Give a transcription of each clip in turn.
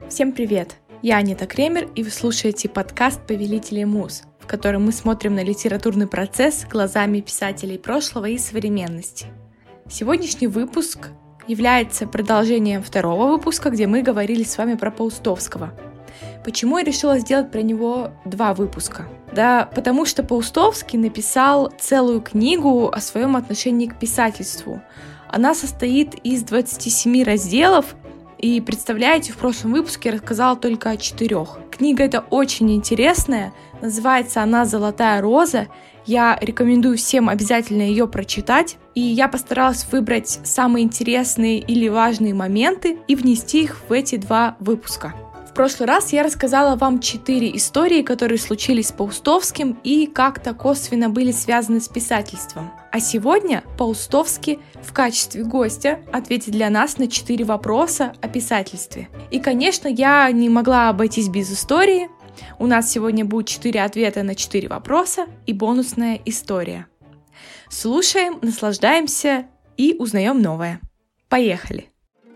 Всем привет! Я Анита Кремер, и вы слушаете подкаст «Повелители муз», в котором мы смотрим на литературный процесс глазами писателей прошлого и современности. Сегодняшний выпуск является продолжением второго выпуска, где мы говорили с вами про Паустовского. Почему я решила сделать про него 2 выпуска? Да потому что Паустовский написал целую книгу о своем отношении к писательству. Она состоит из 27 разделов, и, представляете, в прошлом выпуске я рассказала только о 4. Книга эта очень интересная, называется она «Золотая роза». Я рекомендую всем обязательно ее прочитать, и я постаралась выбрать самые интересные или важные моменты и внести их в эти 2 выпуска. В прошлый раз я рассказала вам 4 истории, которые случились с Паустовским и как-то косвенно были связаны с писательством. А сегодня Паустовский в качестве гостя ответит для нас на 4 вопроса о писательстве. И, конечно, я не могла обойтись без истории. У нас сегодня будет 4 ответа на 4 вопроса и бонусная история. Слушаем, наслаждаемся и узнаем новое. Поехали!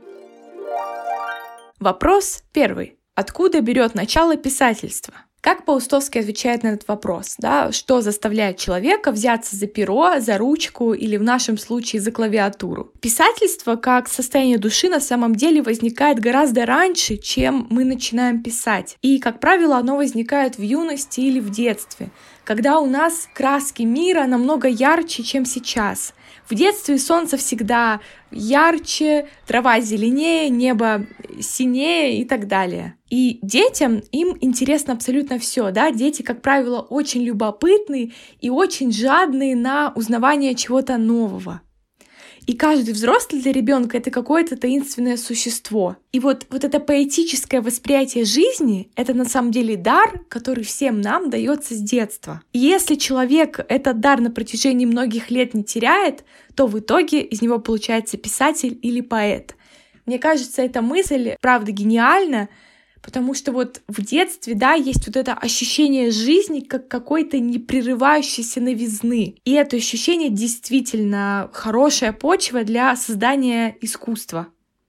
Вопрос 1. Откуда берет начало писательство? Как Паустовский отвечает на этот вопрос? Что заставляет человека взяться за перо, за ручку или в нашем случае за клавиатуру? Писательство как состояние души на самом деле возникает гораздо раньше, чем мы начинаем писать. И, как правило, оно возникает в юности или в детстве, когда у нас краски мира намного ярче, чем сейчас. В детстве солнце всегда ярче, трава зеленее, небо синее и так далее. И детям, им интересно абсолютно все, Дети, как правило, очень любопытные и очень жадные на узнавание чего-то нового. И каждый взрослый для ребенка это какое-то таинственное существо. И вот это поэтическое восприятие жизни — это на самом деле дар, который всем нам дается с детства. И если человек этот дар на протяжении многих лет не теряет, то в итоге из него получается писатель или поэт. Мне кажется, эта мысль, правда, гениальна, потому что в детстве, есть это ощущение жизни как какой-то непрерывающейся новизны. И это ощущение действительно хорошая почва для создания искусства.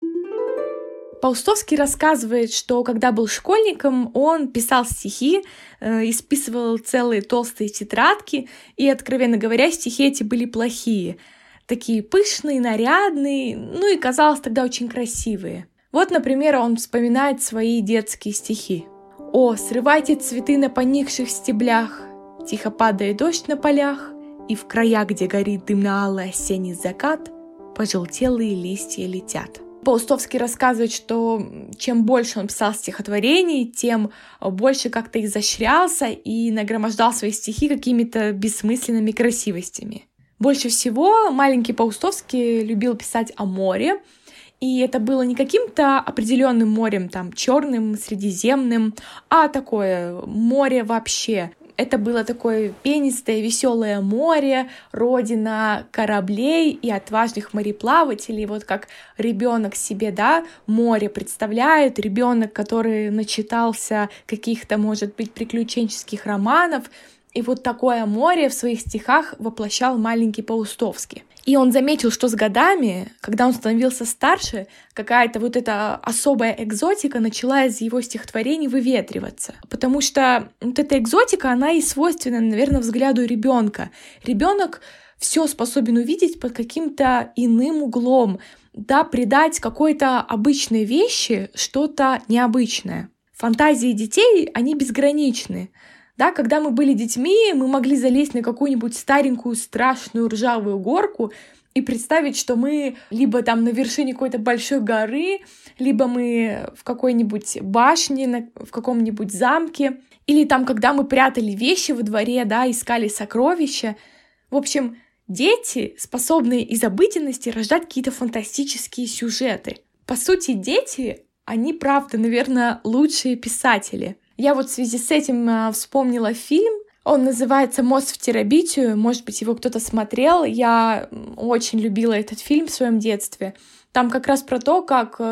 Паустовский рассказывает, что когда был школьником, он писал стихи, исписывал целые толстые тетрадки, и, откровенно говоря, стихи эти были плохие. Такие пышные, нарядные, и казалось тогда очень красивые. Например, он вспоминает свои детские стихи. «О, срывайте цветы на поникших стеблях, тихо падает дождь на полях, и в края, где горит дымно-алый осенний закат, пожелтелые листья летят». Паустовский рассказывает, что чем больше он писал стихотворений, тем больше как-то изощрялся и нагромождал свои стихи какими-то бессмысленными красивостями. Больше всего маленький Паустовский любил писать о море, и это было не каким-то определенным морем, черным, средиземным, а такое море вообще. Это было такое пенистое, веселое море, родина кораблей и отважных мореплавателей. Как ребенок себе, море представляет, ребенок, который начитался каких-то, может быть, приключенческих романов. И такое море в своих стихах воплощал маленький Паустовский. И он заметил, что с годами, когда он становился старше, какая-то эта особая экзотика начала из его стихотворений выветриваться. Потому что эта экзотика, она и свойственна, наверное, взгляду ребенка. Ребенок все способен увидеть под каким-то иным углом, придать какой-то обычной вещи что-то необычное. Фантазии детей, они безграничны. Когда мы были детьми, мы могли залезть на какую-нибудь старенькую страшную ржавую горку и представить, что мы либо на вершине какой-то большой горы, либо мы в какой-нибудь башне, в каком-нибудь замке, или когда мы прятали вещи во дворе, искали сокровища. В общем, дети способны из обыденности рождать какие-то фантастические сюжеты. По сути, дети, они, правда, наверное, лучшие писатели. Я в связи с этим вспомнила фильм. Он называется «Мост в Терабитию». Может быть, его кто-то смотрел. Я очень любила этот фильм в своем детстве. Там как раз про то, как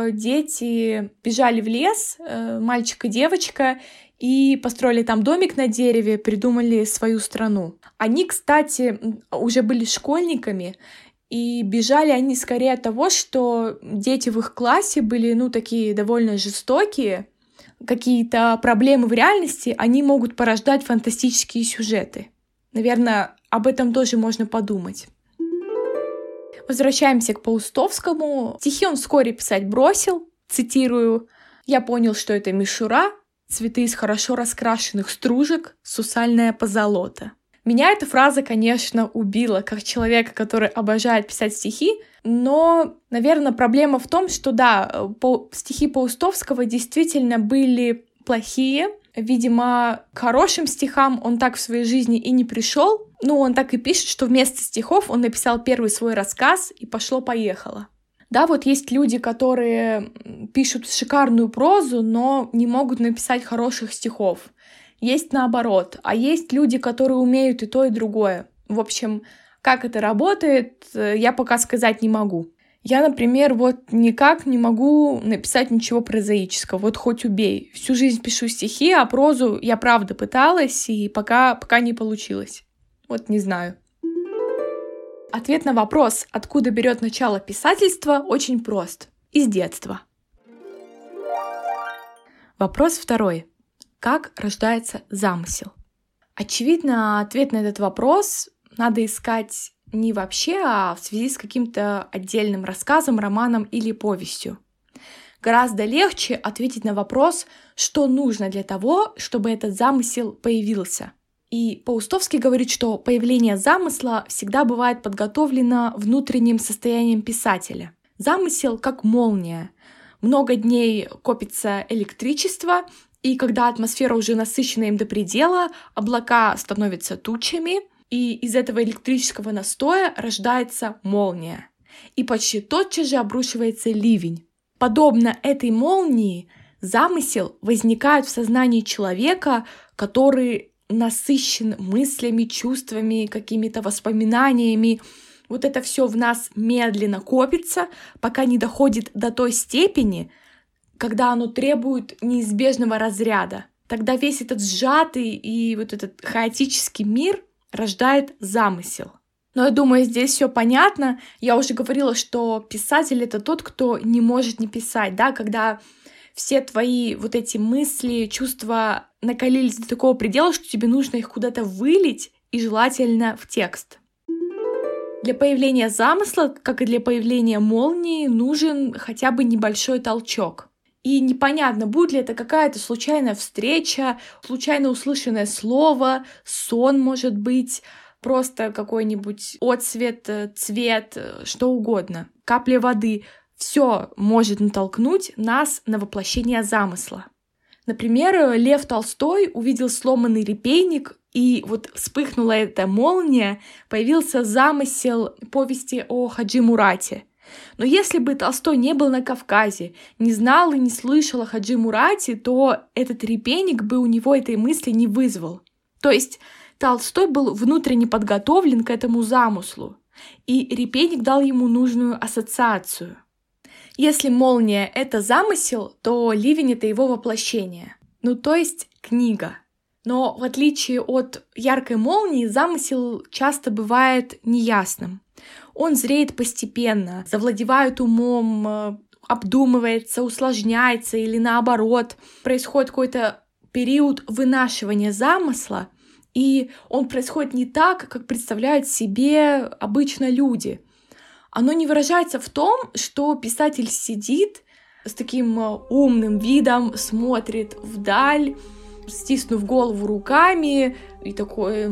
дети бежали в лес, мальчик и девочка, и построили там домик на дереве, придумали свою страну. Они, кстати, уже были школьниками, и бежали они скорее от того, что дети в их классе были, такие довольно жестокие, какие-то проблемы в реальности, они могут порождать фантастические сюжеты. Наверное, об этом тоже можно подумать. Возвращаемся к Паустовскому. Стихи он вскоре писать бросил. Цитирую: «Я понял, что это мишура, цветы из хорошо раскрашенных стружек, сусальная позолота». Меня эта фраза, конечно, убила, как человека, который обожает писать стихи, но, наверное, проблема в том, что да, стихи Паустовского действительно были плохие. Видимо, к хорошим стихам он так в своей жизни и не пришел. Ну, он так и пишет, что вместо стихов он написал первый свой рассказ, и пошло-поехало. Да, вот есть люди, которые пишут шикарную прозу, но не могут написать хороших стихов. Есть наоборот. А есть люди, которые умеют и то, и другое. В общем, как это работает, я пока сказать не могу. Я, например, вот никак не могу написать ничего прозаического, вот хоть убей. Всю жизнь пишу стихи, а прозу я правда пыталась, и пока не получилось. Вот не знаю. Ответ на вопрос, откуда берет начало писательство, очень прост. Из детства. Вопрос второй. Как рождается замысел? Очевидно, ответ на этот вопрос надо искать не вообще, а в связи с каким-то отдельным рассказом, романом или повестью. Гораздо легче ответить на вопрос, что нужно для того, чтобы этот замысел появился. И Паустовский говорит, что появление замысла всегда бывает подготовлено внутренним состоянием писателя. Замысел как молния. Много дней копится электричество, и когда атмосфера уже насыщена им до предела, облака становятся тучами, и из этого электрического настоя рождается молния. И почти тотчас же обрушивается ливень. Подобно этой молнии, замысел возникает в сознании человека, который насыщен мыслями, чувствами, какими-то воспоминаниями. Вот это все в нас медленно копится, пока не доходит до той степени, когда оно требует неизбежного разряда. Тогда весь этот сжатый и вот этот хаотический мир рождает замысел. Но я думаю, здесь все понятно. Я уже говорила, что писатель — это тот, кто не может не писать, да, когда все твои вот эти мысли, чувства накалились до такого предела, что тебе нужно их куда-то вылить, и желательно в текст. Для появления замысла, как и для появления молнии, нужен хотя бы небольшой толчок. И непонятно, будет ли это какая-то случайная встреча, случайно услышанное слово, сон, может быть, просто какой-нибудь отцвет, цвет, что угодно, капля воды. Все может натолкнуть нас на воплощение замысла. Например, Лев Толстой увидел сломанный репейник, и вот вспыхнула эта молния, появился замысел повести о Хаджи Мурате. Но если бы Толстой не был на Кавказе, не знал и не слышал о Хаджи Мурате, то этот репейник бы у него этой мысли не вызвал. То есть Толстой был внутренне подготовлен к этому замыслу, и репейник дал ему нужную ассоциацию. Если молния — это замысел, то ливень — это его воплощение. Ну, то есть книга. Но в отличие от яркой молнии, замысел часто бывает неясным. Он зреет постепенно, завладевает умом, обдумывается, усложняется или наоборот. Происходит какой-то период вынашивания замысла, и он происходит не так, как представляют себе обычно люди. Оно не выражается в том, что писатель сидит с таким умным видом, смотрит вдаль, стиснув голову руками, и такой: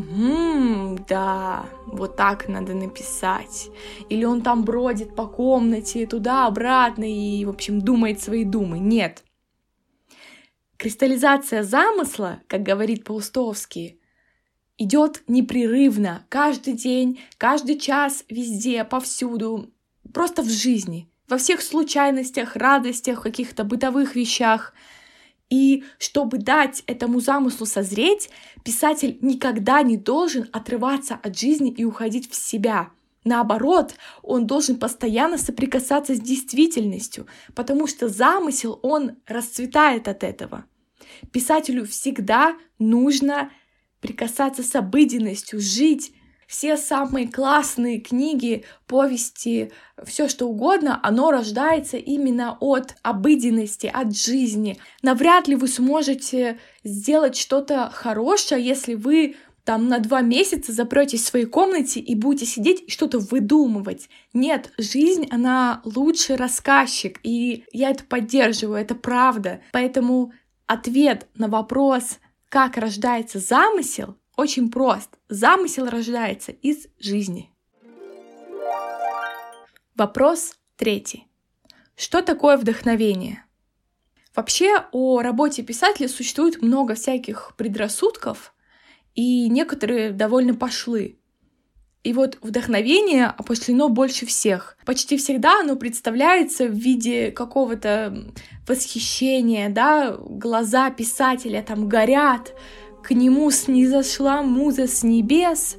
да, вот так надо написать. Или он там бродит по комнате туда-обратно и, в общем, думает свои думы. Нет. Кристаллизация замысла, как говорит Паустовский, идет непрерывно, каждый день, каждый час, везде, повсюду, просто в жизни, во всех случайностях, радостях, каких-то бытовых вещах. И чтобы дать этому замыслу созреть, писатель никогда не должен отрываться от жизни и уходить в себя. Наоборот, он должен постоянно соприкасаться с действительностью, потому что замысел, он расцветает от этого. Писателю всегда нужно прикасаться с обыденностью, жить Все самые классные книги, повести, все что угодно, оно рождается именно от обыденности, от жизни. Навряд ли вы сможете сделать что-то хорошее, если вы там на 2 месяца запретесь в своей комнате и будете сидеть и что-то выдумывать. Нет, жизнь, она лучший рассказчик, и я это поддерживаю, это правда. Поэтому ответ на вопрос, как рождается замысел, очень прост. Замысел рождается из жизни. Вопрос 3. Что такое вдохновение? Вообще о работе писателя существует много всяких предрассудков, и некоторые довольно пошлы. И вот вдохновение опошлено больше всех. Почти всегда оно представляется в виде какого-то восхищения, да, глаза писателя там горят, к нему снизошла муза с небес,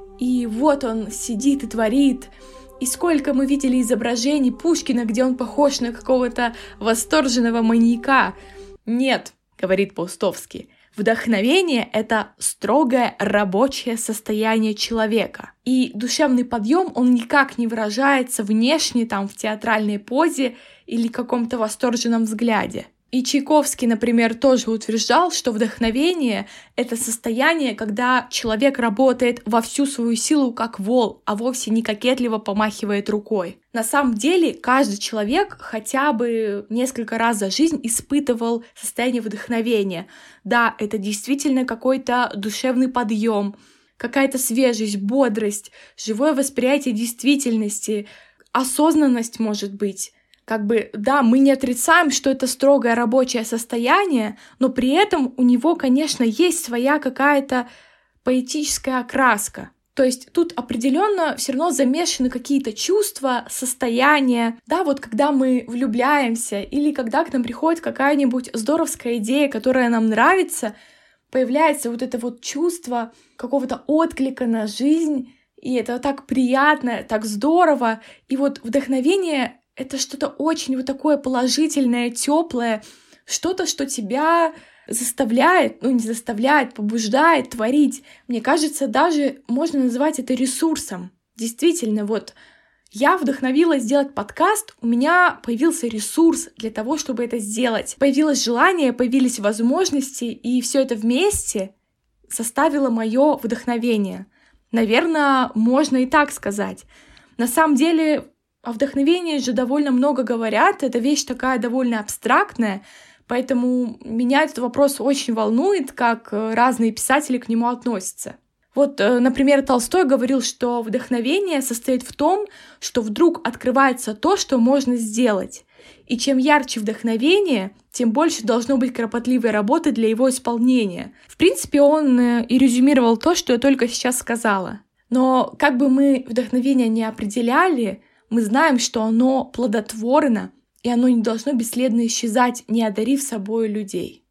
и вот он сидит и творит. И сколько мы видели изображений Пушкина, где он похож на какого-то восторженного маньяка. Нет, говорит Паустовский, вдохновение — это строгое рабочее состояние человека. И душевный подъем, он никак не выражается внешне, там, в театральной позе или каком-то восторженном взгляде. И Чайковский, например, тоже утверждал, что вдохновение — это состояние, когда человек работает во всю свою силу как вол, а вовсе не кокетливо помахивает рукой. На самом деле, каждый человек хотя бы несколько раз за жизнь испытывал состояние вдохновения. Да, это действительно какой-то душевный подъем, какая-то свежесть, бодрость, живое восприятие действительности, осознанность, может быть. Да, мы не отрицаем, что это строгое рабочее состояние, но при этом у него, конечно, есть своя какая-то поэтическая окраска. То есть тут определенно все равно замешаны какие-то чувства, состояния. Да, вот когда мы влюбляемся или когда к нам приходит какая-нибудь здоровская идея, которая нам нравится, появляется вот это вот чувство какого-то отклика на жизнь, и это так приятно, так здорово. И вот вдохновение — это что-то очень вот такое положительное, теплое, что-то, что тебя заставляет, побуждает творить. Мне кажется, даже можно назвать это ресурсом. Действительно, вот я вдохновилась сделать подкаст, у меня появился ресурс для того, чтобы это сделать. Появилось желание, появились возможности, и все это вместе составило мое вдохновение. Наверное, можно и так сказать. На самом деле, о вдохновении же довольно много говорят, это вещь такая довольно абстрактная, поэтому меня этот вопрос очень волнует, как разные писатели к нему относятся. Вот, например, Толстой говорил, что вдохновение состоит в том, что вдруг открывается то, что можно сделать. И чем ярче вдохновение, тем больше должно быть кропотливой работы для его исполнения. В принципе, он и резюмировал то, что я только сейчас сказала. Но как бы мы вдохновение не определяли, мы знаем, что оно плодотворно, и оно не должно бесследно исчезать, не одарив собой людей.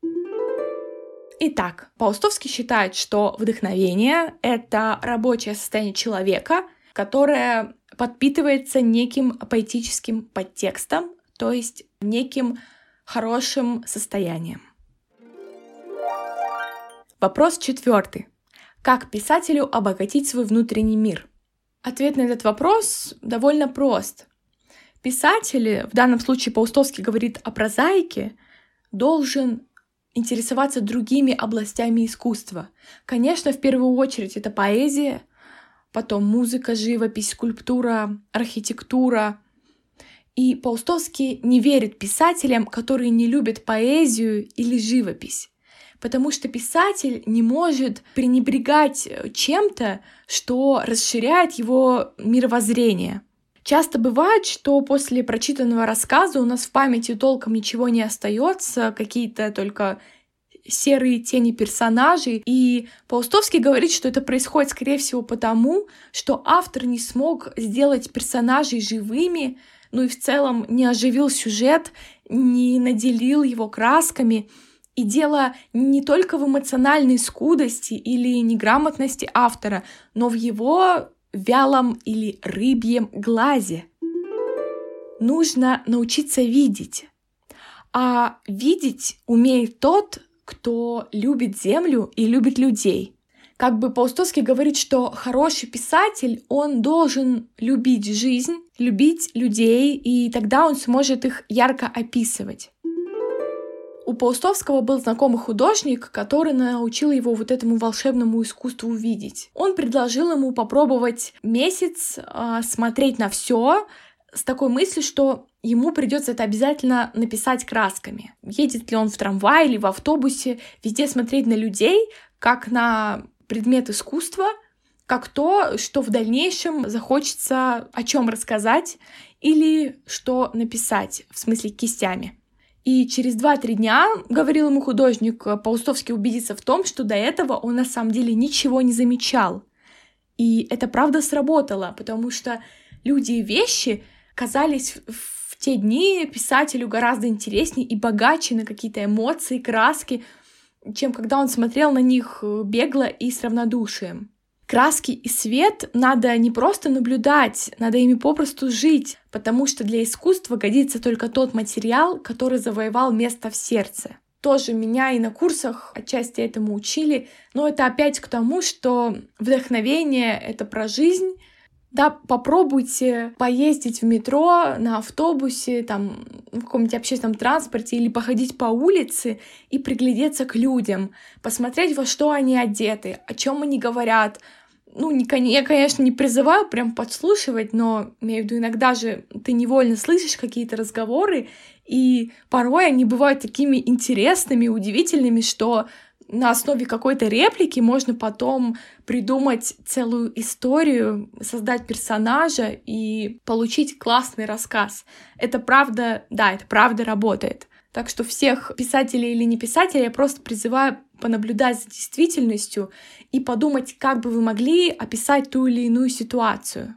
Итак, Паустовский считает, что вдохновение — это рабочее состояние человека, которое подпитывается неким поэтическим подтекстом, то есть неким хорошим состоянием. Вопрос 4. Как писателю обогатить свой внутренний мир? Ответ на этот вопрос довольно прост. Писатель, в данном случае Паустовский говорит о прозаике, должен интересоваться другими областями искусства. Конечно, в первую очередь это поэзия, потом музыка, живопись, скульптура, архитектура. И Паустовский не верит писателям, которые не любят поэзию или живопись. Потому что писатель не может пренебрегать чем-то, что расширяет его мировоззрение. Часто бывает, что после прочитанного рассказа у нас в памяти толком ничего не остается, какие-то только серые тени персонажей. И Паустовский говорит, что это происходит, скорее всего, потому, что автор не смог сделать персонажей живыми, ну и в целом не оживил сюжет, не наделил его красками. И дело не только в эмоциональной скудости или неграмотности автора, но в его вялом или рыбьем глазе. Нужно научиться видеть. А видеть умеет тот, кто любит землю и любит людей. Как бы Паустовский говорит, что хороший писатель, он должен любить жизнь, любить людей, и тогда он сможет их ярко описывать. У Паустовского был знакомый художник, который научил его вот этому волшебному искусству видеть. Он предложил ему попробовать месяц смотреть на все с такой мыслью, что ему придется это обязательно написать красками. Едет ли он в трамвае или в автобусе, везде смотреть на людей, как на предмет искусства, как то, что в дальнейшем захочется о чем рассказать или что написать, в смысле кистями. И через 2-3 дня, говорил ему художник, Паустовский убедится в том, что до этого он на самом деле ничего не замечал. И это правда сработало, потому что люди и вещи казались в те дни писателю гораздо интереснее и богаче на какие-то эмоции, краски, чем когда он смотрел на них бегло и с равнодушием. Краски и свет надо не просто наблюдать, надо ими попросту жить, потому что для искусства годится только тот материал, который завоевал место в сердце. Тоже меня и на курсах отчасти этому учили, но это опять к тому, что вдохновение — это про жизнь. Да, попробуйте поездить в метро, на автобусе, там, в каком-нибудь общественном транспорте или походить по улице и приглядеться к людям, посмотреть, во что они одеты, о чем они говорят. Я, конечно, не призываю прям подслушивать, но имею в виду, иногда же ты невольно слышишь какие-то разговоры, и порой они бывают такими интересными, удивительными, что на основе какой-то реплики можно потом придумать целую историю, создать персонажа и получить классный рассказ. Это правда, да, это правда работает. Так что всех писателей или не писателей я просто призываю понаблюдать за действительностью и подумать, как бы вы могли описать ту или иную ситуацию.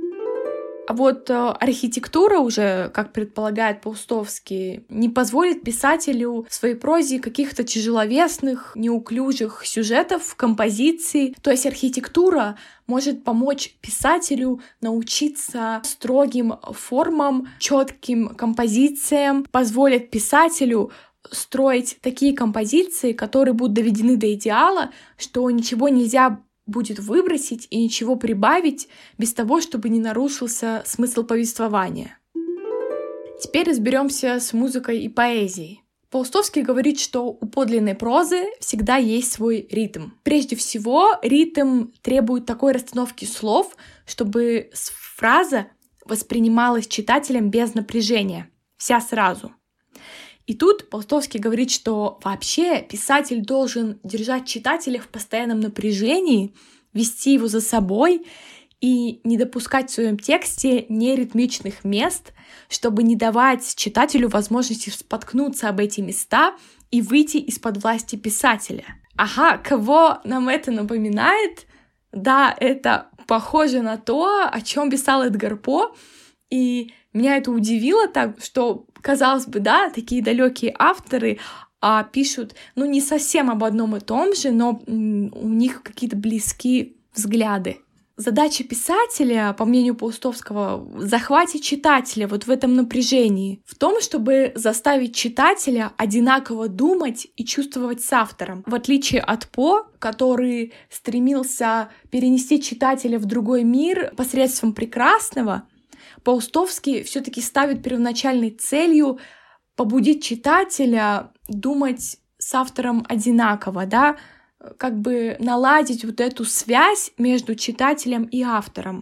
А вот архитектура уже, как предполагает Паустовский, не позволит писателю в своей прозе каких-то тяжеловесных, неуклюжих сюжетов, композиций. То есть архитектура может помочь писателю научиться строгим формам, четким композициям, позволит писателю строить такие композиции, которые будут доведены до идеала, что ничего нельзя будет выбросить и ничего прибавить без того, чтобы не нарушился смысл повествования. Теперь разберемся с музыкой и поэзией. Паустовский говорит, что у подлинной прозы всегда есть свой ритм. Прежде всего, ритм требует такой расстановки слов, чтобы фраза воспринималась читателем без напряжения, вся сразу. И тут Паустовский говорит, что вообще писатель должен держать читателя в постоянном напряжении, вести его за собой и не допускать в своем тексте неритмичных мест, чтобы не давать читателю возможности споткнуться об эти места и выйти из-под власти писателя. Ага, кого нам это напоминает? Да, это похоже на то, о чем писал Эдгар По, и меня это удивило так, что, казалось бы, да, такие далекие авторы пишут, не совсем об одном и том же, но у них какие-то близкие взгляды. Задача писателя, по мнению Паустовского, в захвате читателя вот в этом напряжении, в том, чтобы заставить читателя одинаково думать и чувствовать с автором. В отличие от По, который стремился перенести читателя в другой мир посредством прекрасного, Паустовский все-таки ставит первоначальной целью побудить читателя думать с автором одинаково, да, как бы наладить вот эту связь между читателем и автором.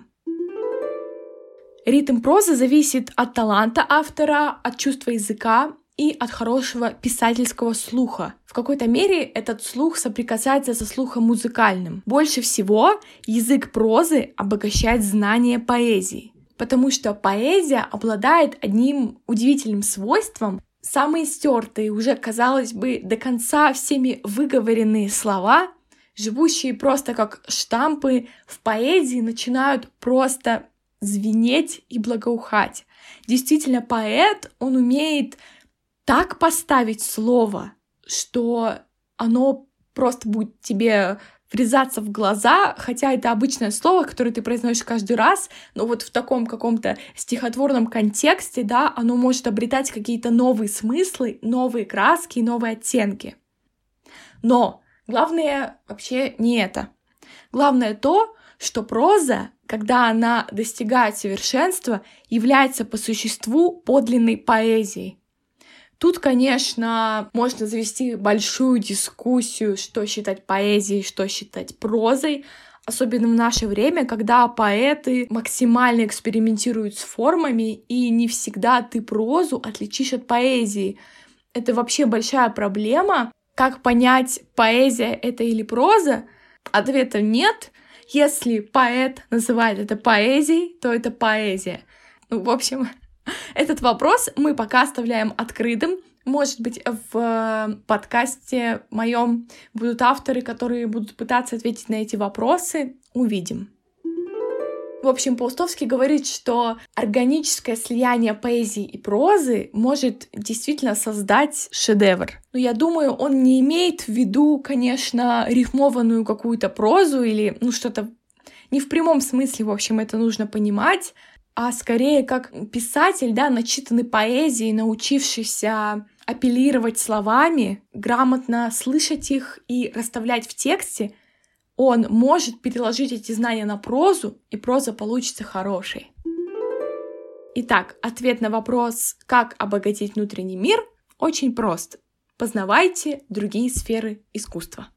Ритм прозы зависит от таланта автора, от чувства языка и от хорошего писательского слуха. В какой-то мере этот слух соприкасается со слухом музыкальным. Больше всего язык прозы обогащает знание поэзии. Потому что поэзия обладает одним удивительным свойством. Самые стертые, уже, казалось бы, до конца всеми выговоренные слова, живущие просто как штампы, в поэзии начинают просто звенеть и благоухать. Действительно, поэт, он умеет так поставить слово, что оно просто будет тебе врезаться в глаза, хотя это обычное слово, которое ты произносишь каждый раз, но вот в таком каком-то стихотворном контексте, да, оно может обретать какие-то новые смыслы, новые краски, новые оттенки. Но главное вообще не это. Главное то, что проза, когда она достигает совершенства, является по существу подлинной поэзией. Тут, конечно, можно завести большую дискуссию, что считать поэзией, что считать прозой, особенно в наше время, когда поэты максимально экспериментируют с формами, и не всегда ты прозу отличишь от поэзии. Это вообще большая проблема. Как понять, поэзия это или проза? Ответа нет. Если поэт называет это поэзией, то это поэзия. В общем, этот вопрос мы пока оставляем открытым. Может быть, в подкасте моем будут авторы, которые будут пытаться ответить на эти вопросы. Увидим. В общем, Паустовский говорит, что органическое слияние поэзии и прозы может действительно создать шедевр. Но я думаю, он не имеет в виду, конечно, рифмованную какую-то прозу или что-то не в прямом смысле, в общем, это нужно понимать, а скорее как писатель, начитанный поэзией, научившийся апеллировать словами, грамотно слышать их и расставлять в тексте, он может переложить эти знания на прозу, и проза получится хорошей. Итак, ответ на вопрос, как обогатить внутренний мир, очень прост. Познавайте другие сферы искусства.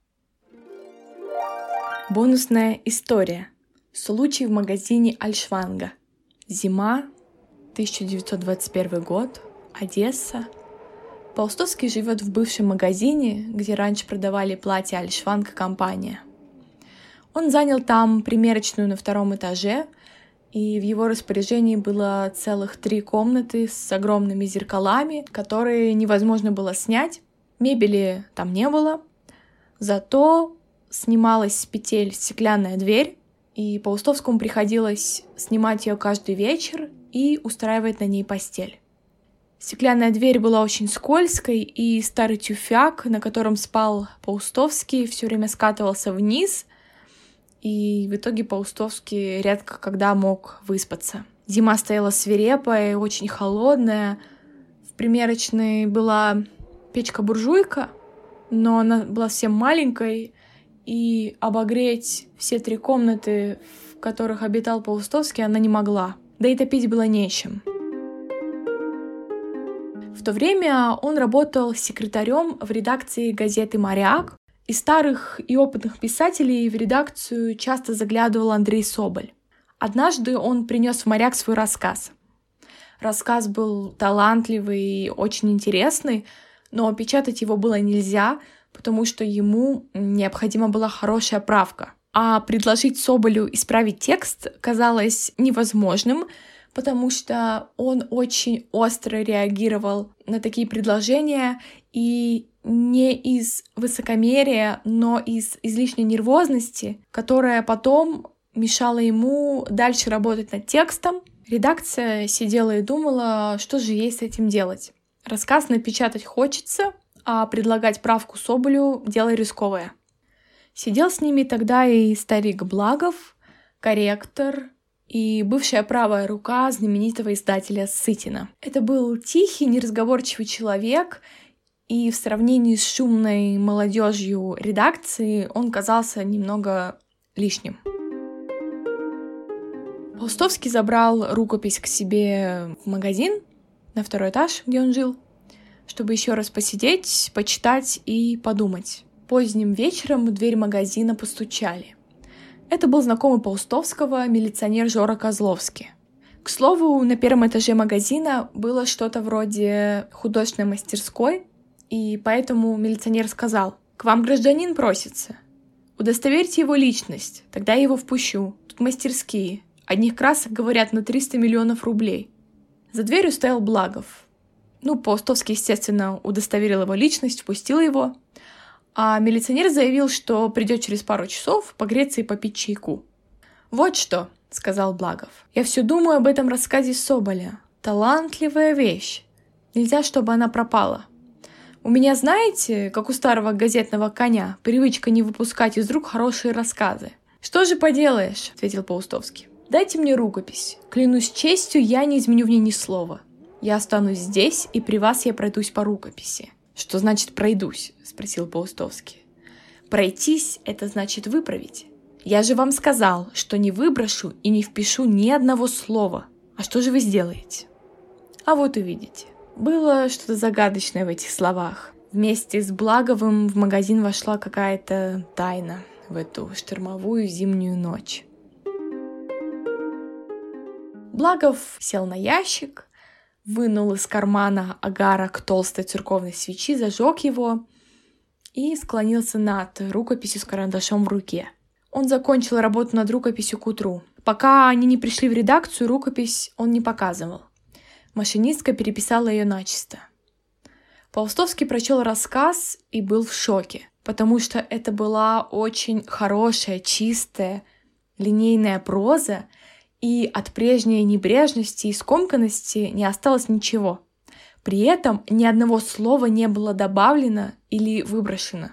Бонусная история. Случай в магазине Альшванга. Зима, 1921 год, Одесса. Паустовский живет в бывшем магазине, где раньше продавали платья Альшванг компания. Он занял там примерочную на 2 этаже, и в его распоряжении было целых 3 комнаты с огромными зеркалами, которые невозможно было снять. Мебели там не было, зато снималась с петель стеклянная дверь, и Паустовскому приходилось снимать ее каждый вечер и устраивать на ней постель. Стеклянная дверь была очень скользкой, и старый тюфяк, на котором спал Паустовский, все время скатывался вниз, и в итоге Паустовский редко когда мог выспаться. Зима стояла свирепая, очень холодная. В примерочной была печка-буржуйка, но она была совсем маленькой, и обогреть все 3 комнаты, в которых обитал Паустовский, она не могла. Да и топить было нечем. В то время он работал секретарем в редакции газеты «Моряк». Из старых и опытных писателей в редакцию часто заглядывал Андрей Соболь. Однажды он принес в «Моряк» свой рассказ. Рассказ был талантливый и очень интересный, но печатать его было нельзя, потому что ему необходима была хорошая правка. А предложить Соболю исправить текст казалось невозможным, потому что он очень остро реагировал на такие предложения и не из высокомерия, но из излишней нервозности, которая потом мешала ему дальше работать над текстом. Редакция сидела и думала, что же ей с этим делать. Рассказ напечатать хочется, а предлагать правку Соболю — дело рисковое. Сидел с ними тогда и старик Благов, корректор и бывшая правая рука знаменитого издателя Сытина. Это был тихий, неразговорчивый человек, и в сравнении с шумной молодежью редакции он казался немного лишним. Паустовский забрал рукопись к себе в магазин на 2 этаж, где он жил, чтобы еще раз посидеть, почитать и подумать. Поздним вечером в дверь магазина постучали. Это был знакомый Паустовского милиционер Жора Козловский. К слову, на 1 этаже магазина было что-то вроде художественной мастерской, и поэтому милиционер сказал: «К вам гражданин просится. Удостоверьте его личность, тогда я его впущу. Тут мастерские. Одних красок, говорят, на 300 миллионов рублей». За дверью стоял Благов. Паустовский, естественно, удостоверил его личность, впустил его, а милиционер заявил, что придет через пару часов погреться и попить чайку. «Вот что», — сказал Благов, — «я все думаю об этом рассказе Соболя. Талантливая вещь. Нельзя, чтобы она пропала. У меня, знаете, как у старого газетного коня, привычка не выпускать из рук хорошие рассказы». «Что же поделаешь», — ответил Паустовский. «Дайте мне рукопись. Клянусь честью, я не изменю в ней ни слова. Я останусь здесь, и при вас я пройдусь по рукописи». «Что значит «пройдусь»?» — спросил Паустовский. «Пройтись — это значит выправить. Я же вам сказал, что не выброшу и не впишу ни одного слова. А что же вы сделаете? А вот увидите. Было что-то загадочное в этих словах. Вместе с Благовым в магазин вошла какая-то тайна в эту штормовую зимнюю ночь. Благов сел на ящик, вынул из кармана агарок толстой церковной свечи, зажег его и склонился над рукописью с карандашом в руке. Он закончил работу над рукописью к утру. Пока они не пришли в редакцию, рукопись он не показывал. Машинистка переписала ее начисто. Паустовский прочел рассказ и был в шоке, потому что это была очень хорошая, чистая, линейная проза, и от прежней небрежности и скомканности не осталось ничего. При этом ни одного слова не было добавлено или выброшено.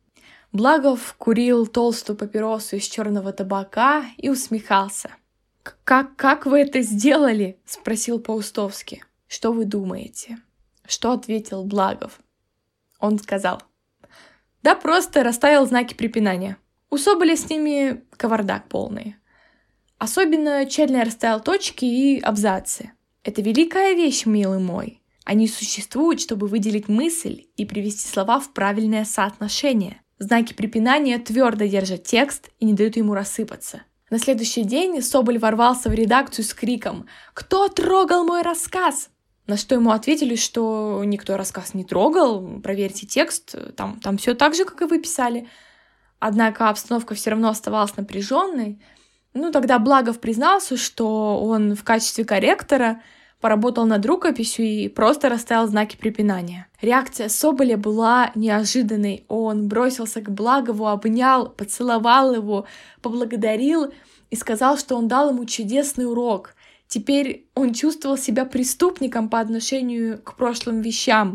Благов курил толстую папиросу из черного табака и усмехался. «Как вы это сделали?» — спросил Паустовский. «Что вы думаете?» Что ответил Благов? Он сказал: «Да просто расставил знаки препинания. У Соболя с ними кавардак полный. Особенно тщательно расставил точки и абзацы. Это великая вещь, милый мой. Они существуют, чтобы выделить мысль и привести слова в правильное соотношение. Знаки препинания твердо держат текст и не дают ему рассыпаться». На следующий день Соболь ворвался в редакцию с криком: «Кто трогал мой рассказ?» На что ему ответили, что никто рассказ не трогал, проверьте текст, там все так же, как и вы писали. Однако обстановка все равно оставалась напряженной. Тогда Благов признался, что он в качестве корректора поработал над рукописью и просто расставил знаки препинания. Реакция Соболя была неожиданной. Он бросился к Благову, обнял, поцеловал его, поблагодарил и сказал, что он дал ему чудесный урок. Теперь он чувствовал себя преступником по отношению к прошлым вещам.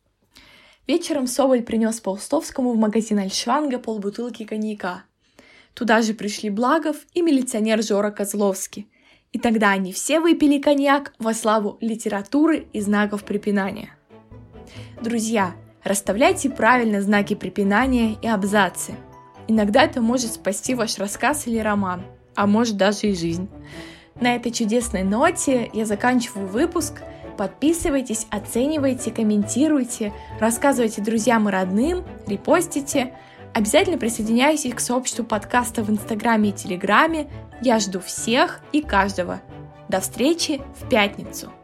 Вечером Соболь принес Паустовскому в магазин Альшванга полбутылки коньяка. Туда же пришли Благов и милиционер Жора Козловский. И тогда они все выпили коньяк во славу литературы и знаков препинания. Друзья, расставляйте правильно знаки препинания и абзацы. Иногда это может спасти ваш рассказ или роман, а может даже и жизнь. На этой чудесной ноте я заканчиваю выпуск. Подписывайтесь, оценивайте, комментируйте, рассказывайте друзьям и родным, репостите. Обязательно присоединяйтесь к сообществу подкаста в Инстаграме и Телеграме. Я жду всех и каждого. До встречи в пятницу!